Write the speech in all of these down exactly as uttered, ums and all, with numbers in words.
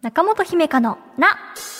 中本姫香のな。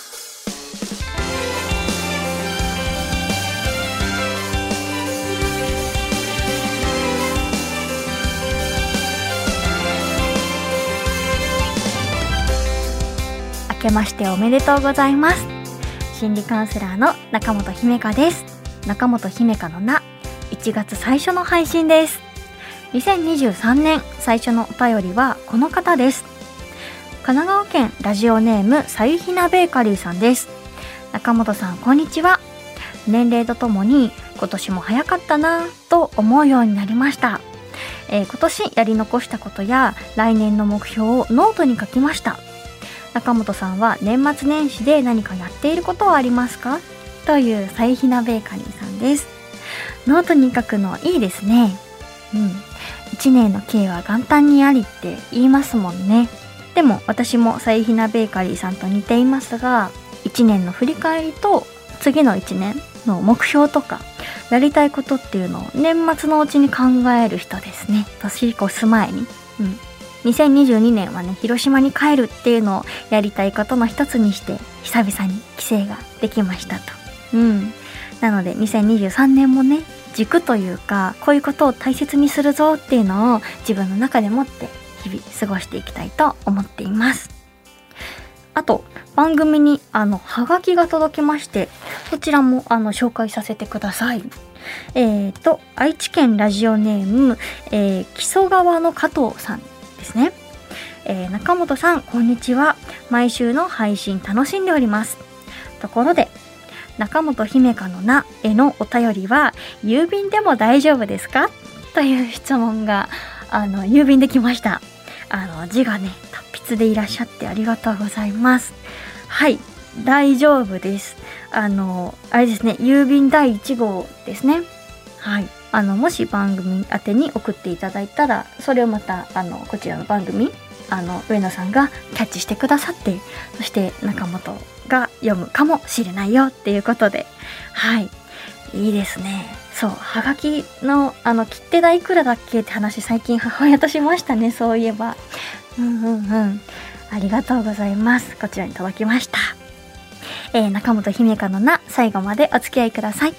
明けましておめでとうございます。心理カウンセラーの中本姫香です。中本姫香のな、いちがつ最初の配信です。にせんにじゅうさんねん最初のお便りはこの方です。神奈川県ラジオネームさゆひなベーカリーさんです。中本さん、こんにちは。年齢とともに今年も早かったなぁと思うようになりました。えー、今年やり残したことや来年の目標をノートに書きました。中本さんは年末年始で何かやっていることはありますか？というさゆひなベーカリーさんです。ノートに書くのいいですね。うん。いちねんの計は元旦にありって言いますもんね。でも私もさゆひなベーカリーさんと似ていますが、いちねんの振り返りと次のいちねんの目標とかやりたいことっていうのを年末のうちに考える人ですね。年越す前に、うん、にせんにじゅうにねんはね、広島に帰るっていうのをやりたいことの一つにして久々に帰省ができましたと。うん。なのでにせんにじゅうさんねんもね、軸というかこういうことを大切にするぞっていうのを自分の中で持って日々過ごしていきたいと思っています。あと番組にあのハガキが届きまして、こちらもあの紹介させてください。えーと愛知県ラジオネーム、えー、木曽川の加藤さんですね。えー、中本さん、こんにちは。毎週の配信楽しんでおります。ところで中本姫香のなへのお便りは郵便でも大丈夫ですか？という質問があの郵便できました。あの字がね達筆でいらっしゃってありがとうございます。はい、大丈夫です。あのあれですね、郵便だいいち号ですね。はい、あのもし番組宛てに送っていただいたら、それをまたあのこちらの番組あの上野さんがキャッチしてくださって、そして中本が読むかもしれないよっていうことで、はい、いいですね。そう、はがきのあの切手代いくらだっけって話、最近母親としましたね。そういえば、うんうんうん、ありがとうございます。こちらに届きました。えー、中本姫香のな、最後までお付き合いください。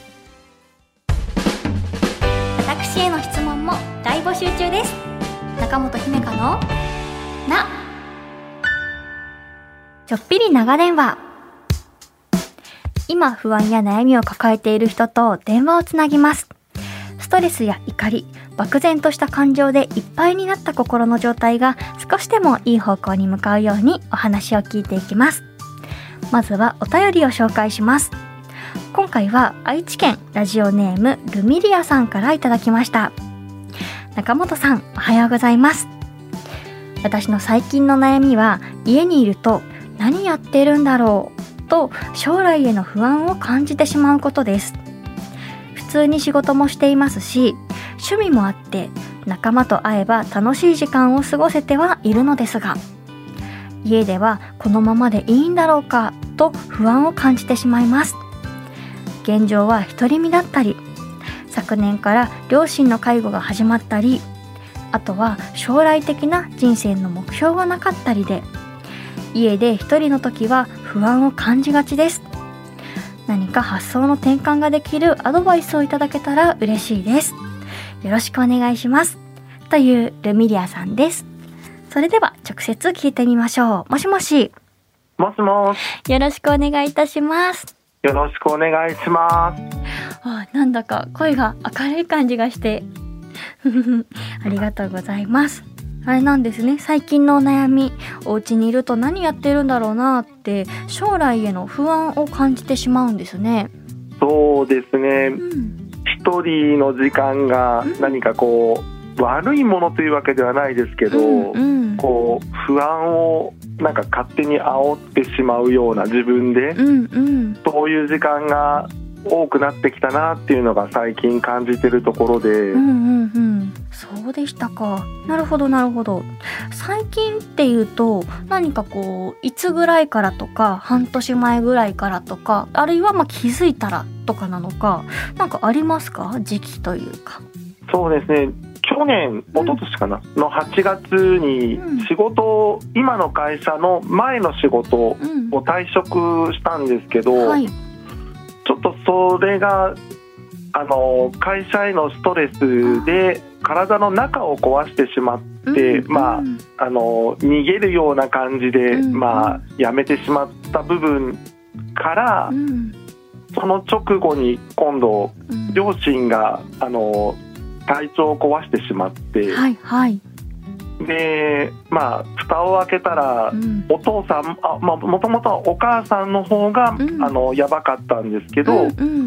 私への質問も大募集中です。中本姫香のな、ちょっぴり長電話。今不安や悩みを抱えている人と電話をつなぎます。ストレスや怒り、漠然とした感情でいっぱいになった心の状態が少しでもいい方向に向かうようにお話を聞いていきます。まずはお便りを紹介します。今回は愛知県ラジオネームルミリアさんからいただきました。中本さん、おはようございます。私の最近の悩みは、家にいると何やってるんだろうと将来への不安を感じてしまうことです。普通に仕事もしていますし、趣味もあって仲間と会えば楽しい時間を過ごせてはいるのですが、家ではこのままでいいんだろうかと不安を感じてしまいます。現状は独り身だったり、昨年から両親の介護が始まったり、あとは将来的な人生の目標がなかったりで、家で一人の時は不安を感じがちです。何か発想の転換ができるアドバイスをいただけたら嬉しいです。よろしくお願いします。というルミリアさんです。それでは直接聞いてみましょう。もしもし。 もしもし。 よろしくお願いいたします。 よろしくお願いします。 あ、なんだか声が明るい感じがしてありがとうございます。あれなんですね、最近のお悩み、お家にいると何やってるんだろうなって将来への不安を感じてしまうんですね。 そうですね、うん、一人の時間が何かこう、うん、悪いものというわけではないですけど、うんうん、こう不安をなんか勝手に煽ってしまうような自分で、うんうん、そういう時間が多くなってきたなっていうのが最近感じてるところで、うんうんうん、 そうでしたか。なるほどなるほど。最近っていうと何かこういつぐらいからとか、半年前ぐらいからとか、あるいはまあ気づいたらとかなのか、なんかありますか？時期というか。 そうですね、 去年、一昨年かな、うん、のはちがつに仕事を、うん、今の会社の前の仕事を退職したんですけど、うんはい、ちょっとそれがあの会社へのストレスで体の中を壊してしまって、うんまあ、あの逃げるような感じで、うんまあ、辞めてしまった部分から、うん、その直後に今度、うん、両親があの体調を壊してしまって、はいはい、でまあ蓋を開けたら、うん、お父さんあ、まあ、もともとはお母さんの方が、うん、あのやばかったんですけど、うんうん、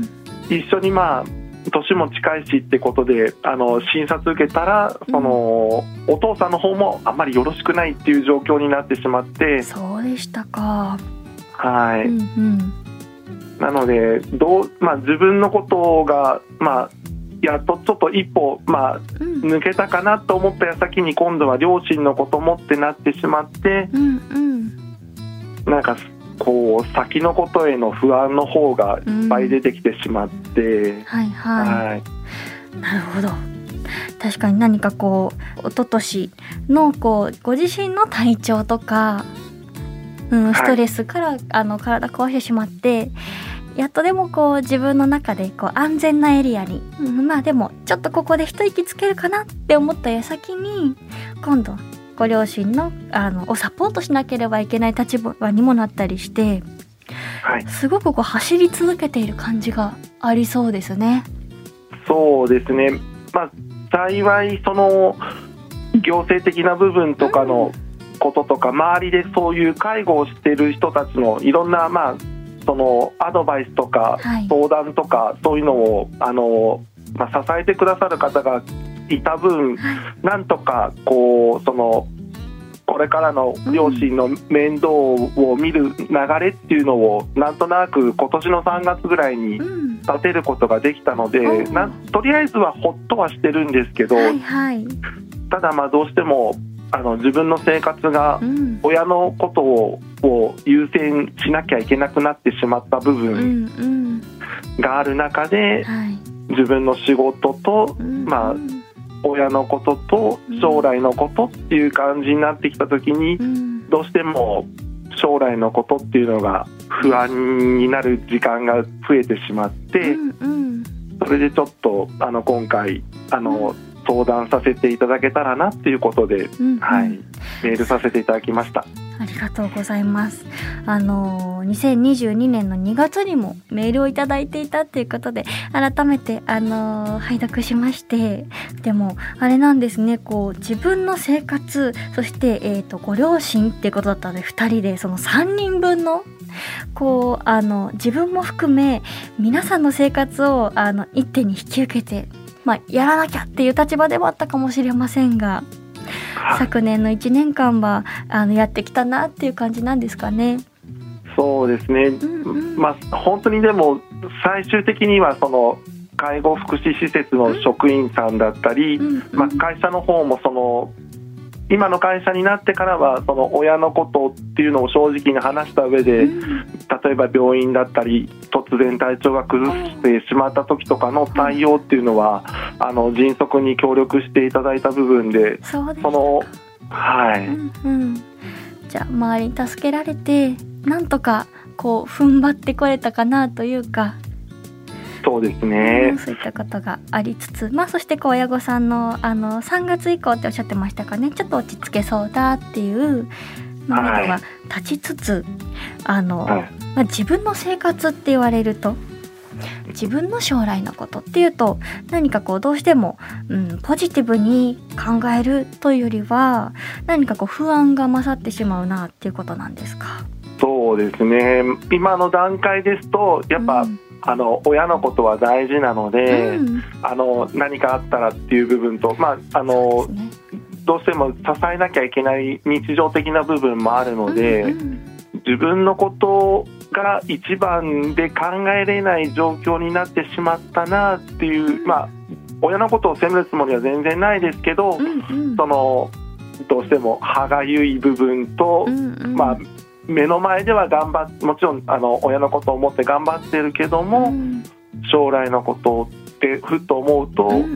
一緒にまあ年も近いしってことであの診察受けたらその、うん、お父さんの方もあんまりよろしくないっていう状況になってしまって。 そうでしたか。 はい、 うんうん、 なのでどう、まあ、自分のことが、まあやっとちょっと一歩、まあ、抜けたかなと思った矢先に今度は両親のこともってなってしまって、うんうん、なんかこう先のことへの不安の方がいっぱい出てきてしまって、うん、はいはい、はい、 なるほど。確かに何かこう一昨年のこうご自身の体調とか、うん、ストレスから、はい、あの体壊してしまってやっとでもこう自分の中でこう安全なエリアに、うん、まあでもちょっとここで一息つけるかなって思った矢先に今度ご両親の、あのをサポートしなければいけない立場にもなったりして、はい、すごくこう走り続けている感じがありそうですね。 そうですね、まあ、幸いその行政的な部分とかのこととか、うん、周りでそういう介護をしている人たちのいろんなまあそのアドバイスとか相談とか、はい、そういうのをあの、まあ、支えてくださる方がいた分、はい、なんとかこうそのこれからの両親の面倒を見る流れっていうのを、うん、なんとなく今年のさんがつぐらいに立てることができたので、うん、なとりあえずはほっとはしてるんですけど、はいはい、ただまあどうしてもあの自分の生活が親のことを、うん、を優先しなきゃいけなくなってしまった部分がある中で、うんうん、自分の仕事と、はい、まあ、親のことと将来のことっていう感じになってきた時に、うん、どうしても将来のことっていうのが不安になる時間が増えてしまって、うんうん、それでちょっとあの今回あの、うん相談させていただけたらなっていうことで、うんうんはい、メールさせていただきました。 ありがとうございます。あのにせんにじゅうにねんのにがつにもメールをいただいていたっていうことで改めてあの拝読しまして、でもあれなんですね、こう自分の生活そして、えーと、ご両親っていうことだったのでふたりでそのさんにんぶんのこうあの自分も含め皆さんの生活をあの一手に引き受けてまあ、やらなきゃっていう立場ではあったかもしれませんが、昨年のいちねんかんはあのやってきたなっていう感じなんですかね。 そうですね、うんうんまあ、本当にでも最終的にはその介護福祉施設の職員さんだったり、うんうんまあ、会社の方もその今の会社になってからはその親のことっていうのを正直に話した上で、うん、例えば病院だったり突然体調が崩してしまった時とかの対応っていうのは、うん、あの迅速に協力していただいた部分で、 そうですそのはい、 うんうん、じゃあ周りに助けられてなんとかこう踏ん張ってこれたかなというか。 そうですね、 うん、そういったことがありつつ、まあ、そしてこう親御さん の, あのさんがつ以降っておっしゃってましたかね、ちょっと落ち着けそうだっていうのが立ちつつ、はい、あの、はいまあ、自分の生活って言われると自分の将来のことっていうと何かこうどうしても、うん、ポジティブに考えるというよりは何かこう不安が勝ってしまうなっていうことなんですか。 そうですね、今の段階ですとやっぱ、うんあの親のことは大事なので、うん、あの何かあったらっていう部分と、まああのね、どうしても支えなきゃいけない日常的な部分もあるので、うんうん、自分のことが一番で考えれない状況になってしまったなっていう、うん、まあ親のことを責めるつもりは全然ないですけど、うんうん、そのどうしても歯がゆい部分と、うんうん、まあ目の前では頑張っもちろんあの親のことを思って頑張ってるけども、うん、将来のことってふっと思うと、うんうん、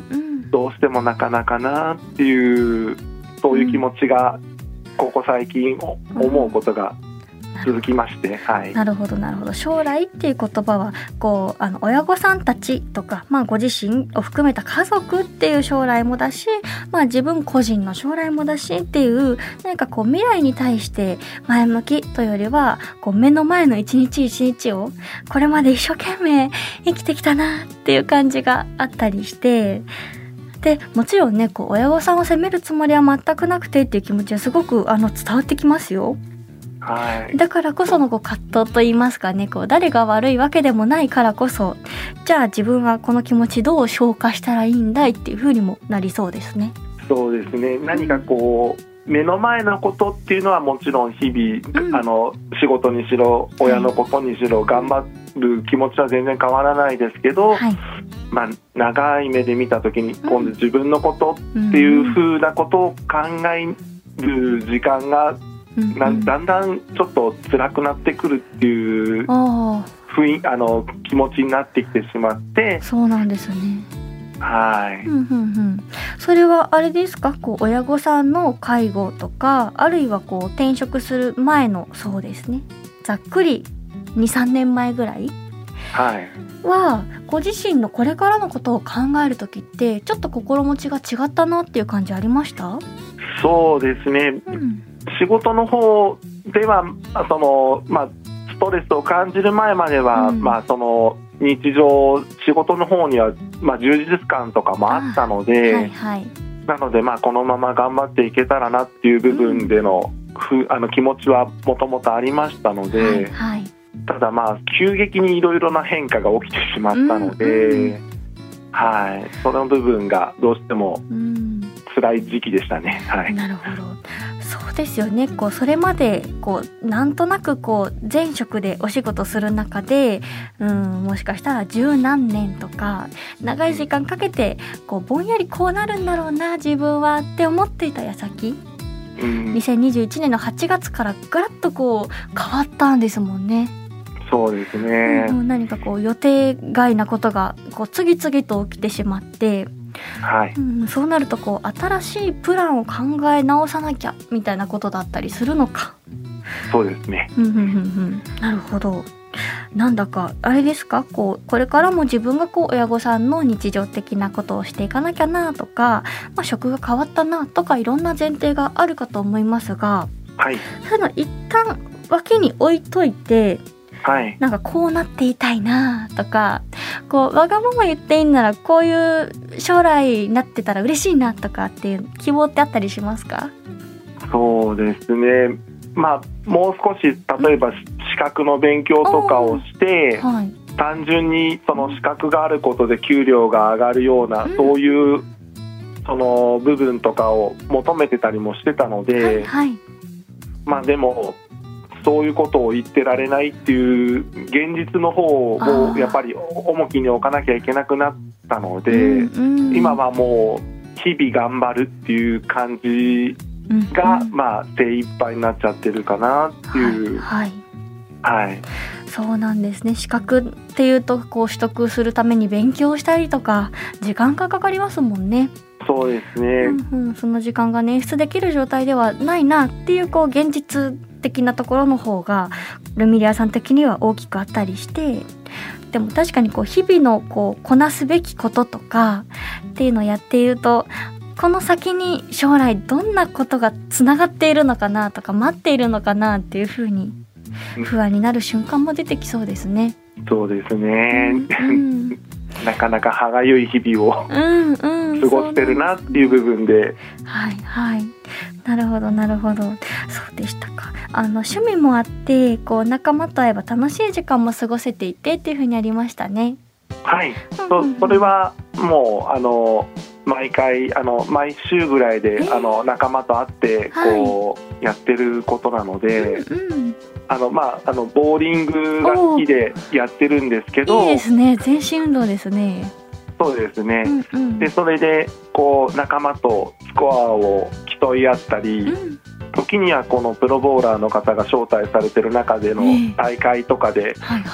どうしてもなかなかなっていうそういう気持ちがここ最近思うことが続きまして、はい、 なるほどなるほど。将来っていう言葉はこうあの親御さんたちとか、まあ、ご自身を含めた家族っていう将来もだし、まあ、自分個人の将来もだしっていう何かこう未来に対して前向きというよりはこう目の前の一日一日をこれまで一生懸命生きてきたなっていう感じがあったりして、でもちろんねこう親御さんを責めるつもりは全くなくてっていう気持ちはすごくあの伝わってきますよ。 はい、 だからこそのこう葛藤といいますかね、こう誰が悪いわけでもないからこそ、じゃあ自分はこの気持ちどう消化したらいいんだいっていう風にもなりそうですね。 そうですね。何かこう目の前のことっていうのはもちろん日々、うん、あの仕事にしろ親のことにしろ、はい、頑張る気持ちは全然変わらないですけど、はい、まあ、長い目で見た時に今度自分のことっていう風なことを考える時間がなだんだんちょっと辛くなってくるっていう雰囲あの気持ちになってきてしまって。 そうなんですね。 はい、 うんうんうん、それはあれですか、こう親御さんの介護とかあるいはこう転職する前のそうですねざっくり にさんねんまえぐらいはご自身のこれからのことを考える時ってちょっと心持ちが違ったなっていう感じありました？ そうですね、うん、仕事の方ではその、まあ、ストレスを感じる前までは、うんまあ、その日常仕事の方には、まあ、充実感とかもあったので、はいはい、なので、まあ、このまま頑張っていけたらなっていう部分での、うん、あの気持ちはもともとありましたので、はいはい、ただまあ急激にいろいろな変化が起きてしまったので、うんうんはい、その部分がどうしても辛い時期でしたね。はい、 なるほど。そうですよね。こうそれまでこうなんとなくこう前職でお仕事する中で、うん、もしかしたら十何年とか長い時間かけてこうぼんやりこうなるんだろうな自分はって思っていた矢先、うん、にせんにじゅういちねんのはちがつからガラッとこう変わったんですもんね。 そうですね、 うん、何かこう予定外なことがこう次々と起きてしまって、はいうん、そうなるとこう新しいプランを考え直さなきゃみたいなことだったりするのか。 そうですね、 うんうんうんうん、なるほど。なんだかあれですか、こうこれからも自分がこう親御さんの日常的なことをしていかなきゃなとか、まあ、職が変わったなとかいろんな前提があるかと思いますが、はい、そういうの一旦脇に置いといて、はい、なんかこうなっていたいなとか、こうわがまま言っていいんならこういう将来になってたら嬉しいなとかっていう希望ってあったりしますか？ そうですね、まあ、もう少し例えば資格の勉強とかをして、はい、単純にその資格があることで給料が上がるような、うん、そういうその部分とかを求めてたりもしてたので、はいはい、まあでもそういうことを言ってられないっていう現実の方をやっぱり重きに置かなきゃいけなくなったので、うんうん、今はもう日々頑張るっていう感じが、うんうん、まあ精一杯になっちゃってるかなっていう、はいはいはい、 そうなんですね。資格っていうとこう取得するために勉強したりとか時間がかかりますもんね。 そうですね、 うんうん、その時間が捻出できる状態ではないなっていうこう現実的なところの方がルミリアさん的には大きくあったりして、でも確かにこう日々のこうこなすべきこととかっていうのをやっていると、この先に将来どんなことがつながっているのかなとか待っているのかなっていうふうに不安になる瞬間も出てきそうですね。 そうですね、うんうんなかなか歯がゆい日々を、うんうん、過ごしてるなっていう部分で、 はいはい、なるほどなるほど、そうでしたか。あの趣味もあってこう仲間と会えば楽しい時間も過ごせていてっていう風にありましたね。 はい、うんうん、そ, それはもうあの毎回あの毎週ぐらいで、えー、あの仲間と会ってこう、はい、やってることなので、うんうんあのまあ、あのボーリングが好きでやってるんですけど、 いいですね、全身運動ですね。 そうですね、うんうん、でそれでこう仲間とスコアを競い合ったり、うん、時にはこのプロボーラーの方が招待されてる中での大会とかで、えーはいはい、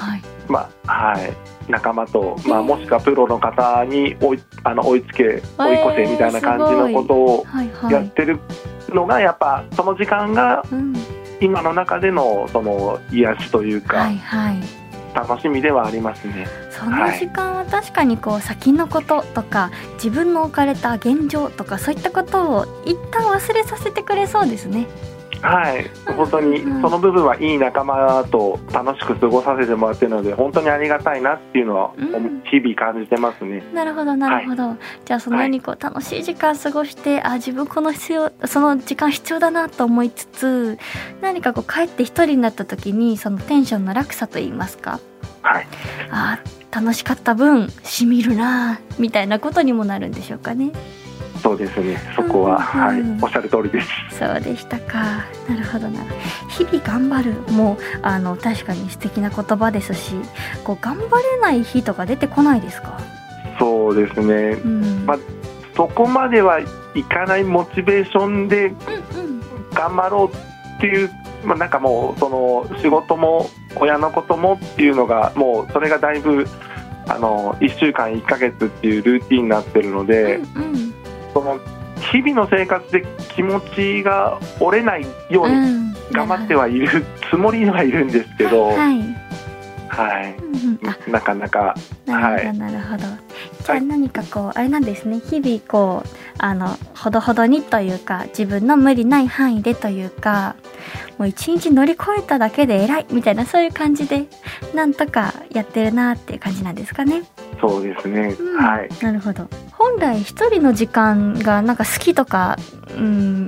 まあはい、仲間と、まあ、もしくはプロの方に追い、あの追いつけ追い越せみたいな感じのことをやってるのが、やっぱその時間が今の中でのその癒しというか、はいはい、楽しみではありますね。 その時間は確かにこう先のこととか自分の置かれた現状とかそういったことを一旦忘れさせてくれそうですね。 はい、本当にその部分はいい仲間と楽しく過ごさせてもらっているので本当にありがたいなっていうのは日々感じてますね、 うん、なるほどなるほど、はい、じゃあそのようにこう楽しい時間過ごして、はい、あ自分この必要その時間必要だなと思いつつ何かこう帰って一人になった時にそのテンションの落差といいますか、はい、あ楽しかった分しみるなみたいなことにもなるんでしょうかね。 そうですね、そこは、うんうんはい、おっしゃる通りです。 そうでしたか。なるほどな。日々頑張るもうあの確かに素敵な言葉ですし、こう頑張れない日とか出てこないですか？ そうですね、うんまあ、そこまではいかないモチベーションで頑張ろうっていう、まあ、なんかもうその仕事も親のこともっていうのがもうそれがだいぶあのいっしゅうかんいっかげつっていうルーティンになってるので、うんうんその日々の生活で気持ちが折れないように頑張ってはいるつもりにはいるんですけど、うん、はい、はいうん、なかなかなるほどなるほど。じゃあ何かこう、はい、あれなんですね、日々こうあのほどほどにというか自分の無理ない範囲でというかもう一日乗り越えただけで偉いみたいなそういう感じでなんとかやってるなっていう感じなんですかね。 そうですね、うん、はい。 なるほど。本来一人の時間がなんか好きとか、うん、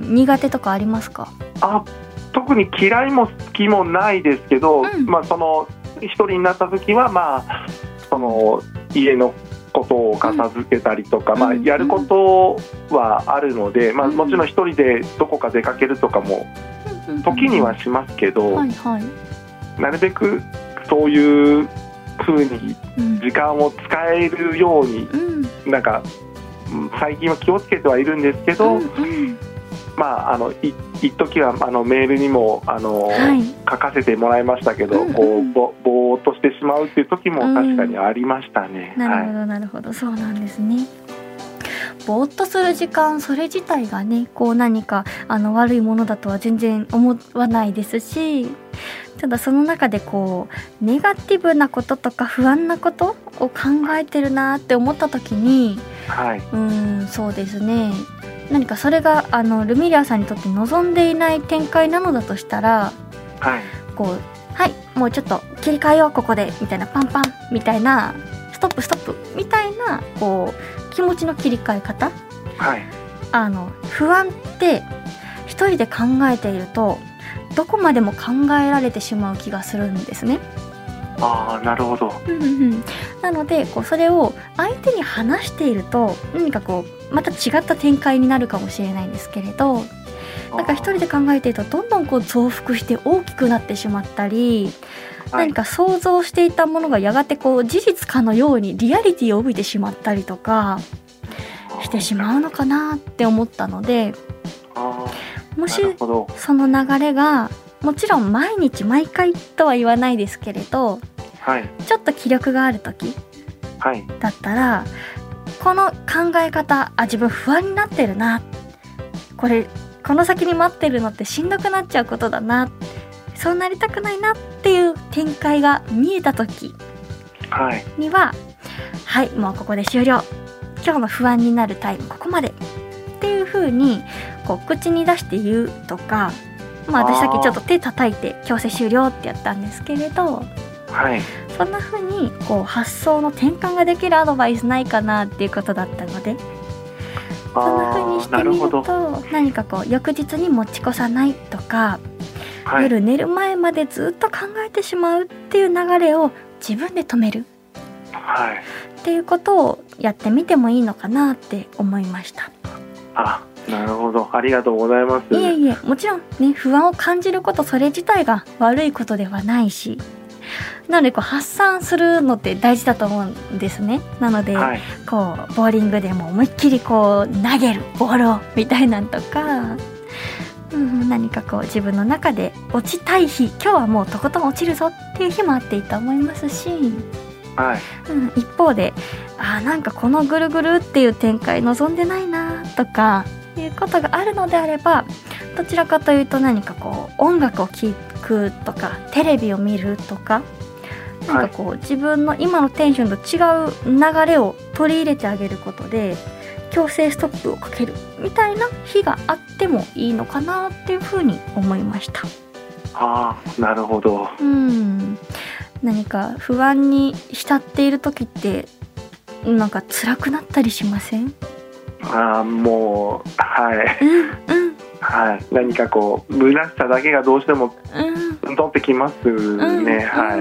苦手とかありますか？ あ特に嫌いも好きもないですけど、うんまあ、その一人になった時は、まあ、その家のことを片付けたりとか、うんまあ、やることはあるので、うんまあ、もちろん一人でどこか出かけるとかも時にはしますけど、はいはい、なるべくそういう風に時間を使えるように、うん、なんか最近は気をつけてはいるんですけど、うんうんまあ、あのい一時はあのメールにもあの、はい、書かせてもらいましたけど、うんうん、こう ぼ, ぼーっとしてしまうっていう時も確かにありましたね、 うん、なるほどなるほど、そうなんですね。ぼーっとする時間それ自体がねこう何かあの悪いものだとは全然思わないですし、ただその中でこうネガティブなこととか不安なことを考えてるなって思った時に、はい、うーんそうですね、何かそれがあのルミリアさんにとって望んでいない展開なのだとしたら、はい、こうはいもうちょっと切り替えようここでみたいなパンパンみたいなストップストップみたいなこう気持ちの切り替え方、はい、あの不安って一人で考えているとどこまでも考えられてしまう気がするんですね。 あーなるほどなのでこうそれを相手に話していると何かこうまた違った展開になるかもしれないんですけれど、なんか一人で考えているとどんどんこう増幅して大きくなってしまったり、はい、何か想像していたものがやがてこう事実かのようにリアリティを帯びてしまったりとかしてしまうのかなって思ったので、もしその流れがもちろん毎日毎回とは言わないですけれど、はい、ちょっと気力がある時だったら、はい、この考え方あ自分不安になってるな、これこの先に待ってるのってしんどくなっちゃうことだな、そうなりたくないなっていう展開が見えた時には、はい、はい、もうここで終了、今日の不安になるタイムここまでっていう風にこう口に出して言うとか、まあ、私さっきちょっと手叩いて強制終了ってやったんですけれど、はい、そんな風にこう発想の転換ができるアドバイスないかなっていうことだったので、そんな風にしてみると何かこう翌日に持ち越さないとか、はい、夜寝る前までずっと考えてしまうっていう流れを自分で止める、はい、っていうことをやってみてもいいのかなって思いました。 あ、なるほど、ありがとうございます。 いえいえ、もちろんね不安を感じることそれ自体が悪いことではないし、なのでこう発散するのって大事だと思うんですね。なので、はい、こうボーリングでも思いっきりこう投げるボールをみたいなんとか、 うん、何かこう自分の中で落ちたい日、今日はもうとことん落ちるぞっていう日もあっていいと思いますし、 はい、 うん、一方であなんかこのぐるぐるっていう展開望んでないなとかいうことがあるのであれば、どちらかというと何かこう音楽を聴くとかテレビを見るとか、なんかこう、はい、自分の今のテンションと違う流れを取り入れてあげることで強制ストップをかけるみたいな日があってもいいのかなっていうふうに思いました。 ああ、なるほど。 うん、何か不安に浸っている時ってなんか辛くなったりしません？ ああ、もうはい、 うんうん、 はい、何かこう虚しさだけがどうしても取ってきますね、 うんうん、 はい。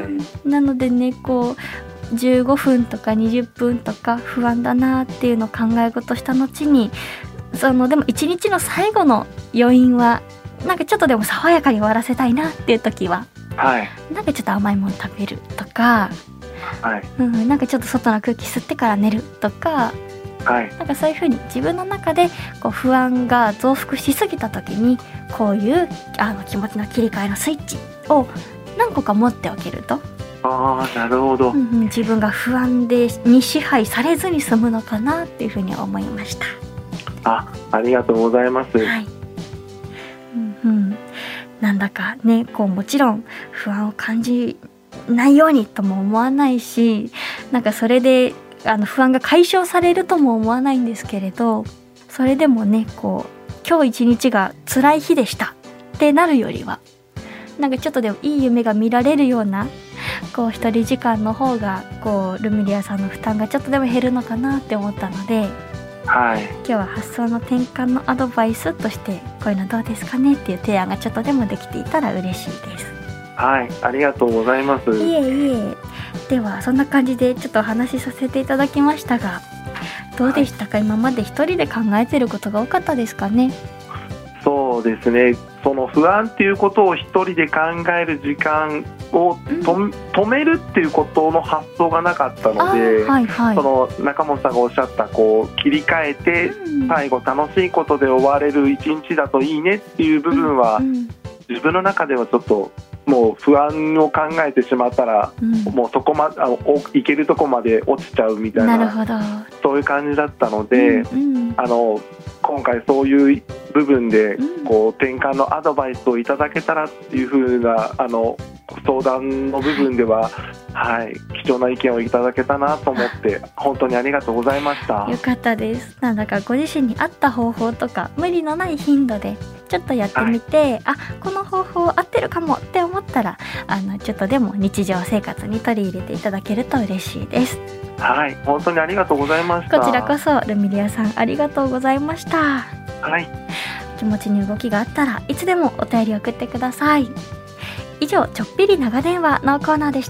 なのでね、こうじゅうごふんとかにじゅっぷんとか不安だなっていうのを考え事した後に、そのでも一日の最後の余韻はなんかちょっとでも爽やかに終わらせたいなっていう時は、 はい、 なんかちょっと甘いもの食べるとか、 はい、 うん、なんかちょっと外の空気吸ってから寝るとか、 はい、 なんかそういう風に自分の中でこう不安が増幅しすぎた時にこういうあの気持ちの切り替えのスイッチを何個か持っておけると、 ああ、なるほど、 うんうん、自分が不安でに支配されずに済むのかなっていう風に思いました。 あ、ありがとうございます。 はい、うんうん、なんだかね、こうもちろん不安を感じないようにとも思わないし、なんかそれであの不安が解消されるとも思わないんですけれど、それでもね、こう今日一日が辛い日でしたってなるよりは、なんかちょっとでもいい夢が見られるようなこう一人時間の方がこうルミリアさんの負担がちょっとでも減るのかなって思ったので、 はい、 今日は発想の転換のアドバイスとしてこういうのどうですかねっていう提案がちょっとでもできていたら嬉しいです。 はい、ありがとうございます。 いえいえ。ではそんな感じでちょっとお話しさせていただきましたが、どうでしたか？はい、今まで一人で考えてることが多かったですかね？ そうですね、その不安っていうことを一人で考える時間をと、うん、止めるっていうことの発想がなかったので、はいはい、その中本さんがおっしゃったこう切り替えて最後楽しいことで終われる一日だといいねっていう部分は、うんうん、自分の中ではちょっともう不安を考えてしまったら、うん、もうそこまあのいけるとこまで落ちちゃうみたいな、 なるほど、 そういう感じだったので、うんうん、あの今回そういう部分でこう転換のアドバイスをいただけたらっていう風なあの相談の部分では、はい、貴重な意見をいただけたなと思って本当にありがとうございました。 よかったです。なんだかご自身に合った方法とか無理のない頻度でちょっとやってみて、はい、あ、この方法合ってるかもって思ったらあのちょっとでも日常生活に取り入れていただけると嬉しいです。 はい、本当にありがとうございました。 こちらこそルミリアさんありがとうございました。 はい、 気持ちに動きがあったらいつでもお便り送ってください。以上、ちょっぴり長電話のコーナーでした。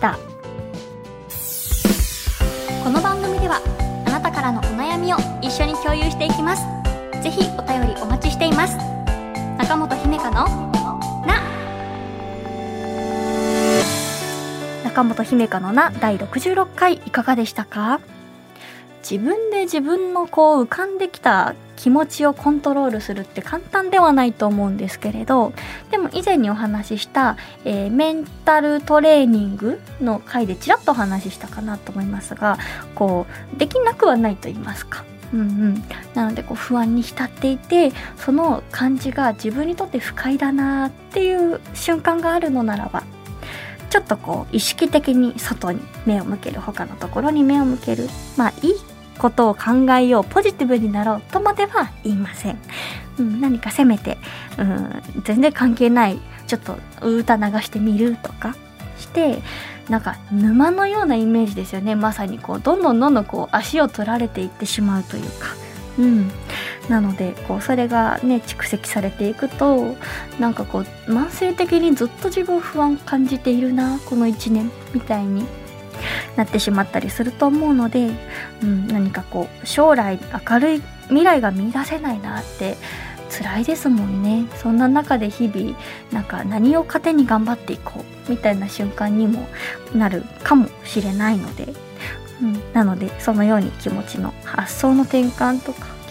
この番組ではあなたからのお悩みを一緒に共有していきます。ぜひお便りお待ちしています。中本姫香のな中本姫香のなだいろくじゅうろっかいいかがでしたか？自分で自分のこう浮かんできた気持ちをコントロールするって簡単ではないと思うんですけれど、でも以前にお話しした、えー、メンタルトレーニングの回でちらっとお話ししたかなと思いますが、こうできなくはないと言いますか、うんうん、なのでこう不安に浸っていてその感じが自分にとって不快だなっていう瞬間があるのならば、ちょっとこう意識的に外に目を向ける、他のところに目を向ける、まあいいことを考えよう、ポジティブになろうとまでは言いません、うん、何かせめて、うん、全然関係ないちょっと歌流してみるとかして、なんか沼のようなイメージですよね。まさにこうどんどんどんどんこう足を取られていってしまうというか、うん、なのでこうそれがね蓄積されていくと、なんかこう慢性的にずっと自分不安感じているなこのいちねんみたいになってしまったりすると思うので、うん、何かこう将来明るい未来が見出せないなって辛いですもんね。そんな中で日々なんか何を糧に頑張っていこうみたいな瞬間にもなるかもしれないので、うん、なのでそのように気持ちの発想の転換とか気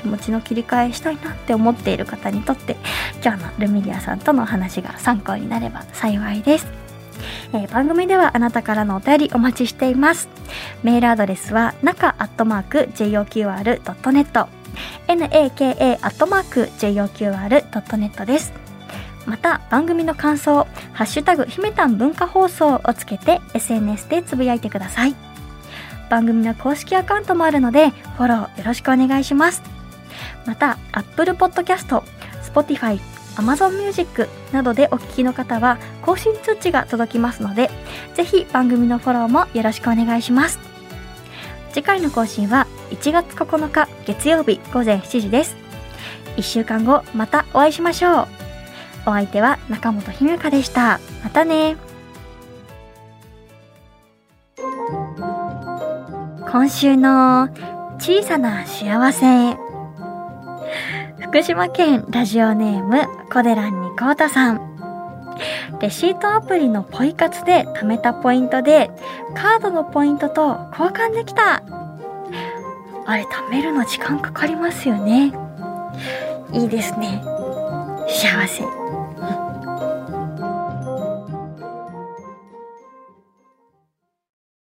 気持ちの切り替えしたいなって思っている方にとって今日のルミリアさんとのお話が参考になれば幸いです。えー、番組ではあなたからのお便りお待ちしています。メールアドレスはなかアットマーク ジェイオーキューアールドットネット ナカ アットマーク ジェイオーキューアールドットネット です。また番組の感想ハッシュタグひめたん文化放送をつけて エスエヌエス でつぶやいてください。番組の公式アカウントもあるのでフォローよろしくお願いします。また Apple Podcast、Spotify、Amazon Music などでお聞きの方は更新通知が届きますのでぜひ番組のフォローもよろしくお願いします。次回の更新はいちがつここのか月曜日ごぜんしちじです。いっしゅうかんごまたお会いしましょう。お相手は中本姫香でした。またね。今週の小さな幸せ。福島県ラジオネームコデランにこうたさん。レシートアプリのポイ活で貯めたポイントでカードのポイントと交換できた。あれ貯めるの時間かかりますよね。いいですね。幸せ。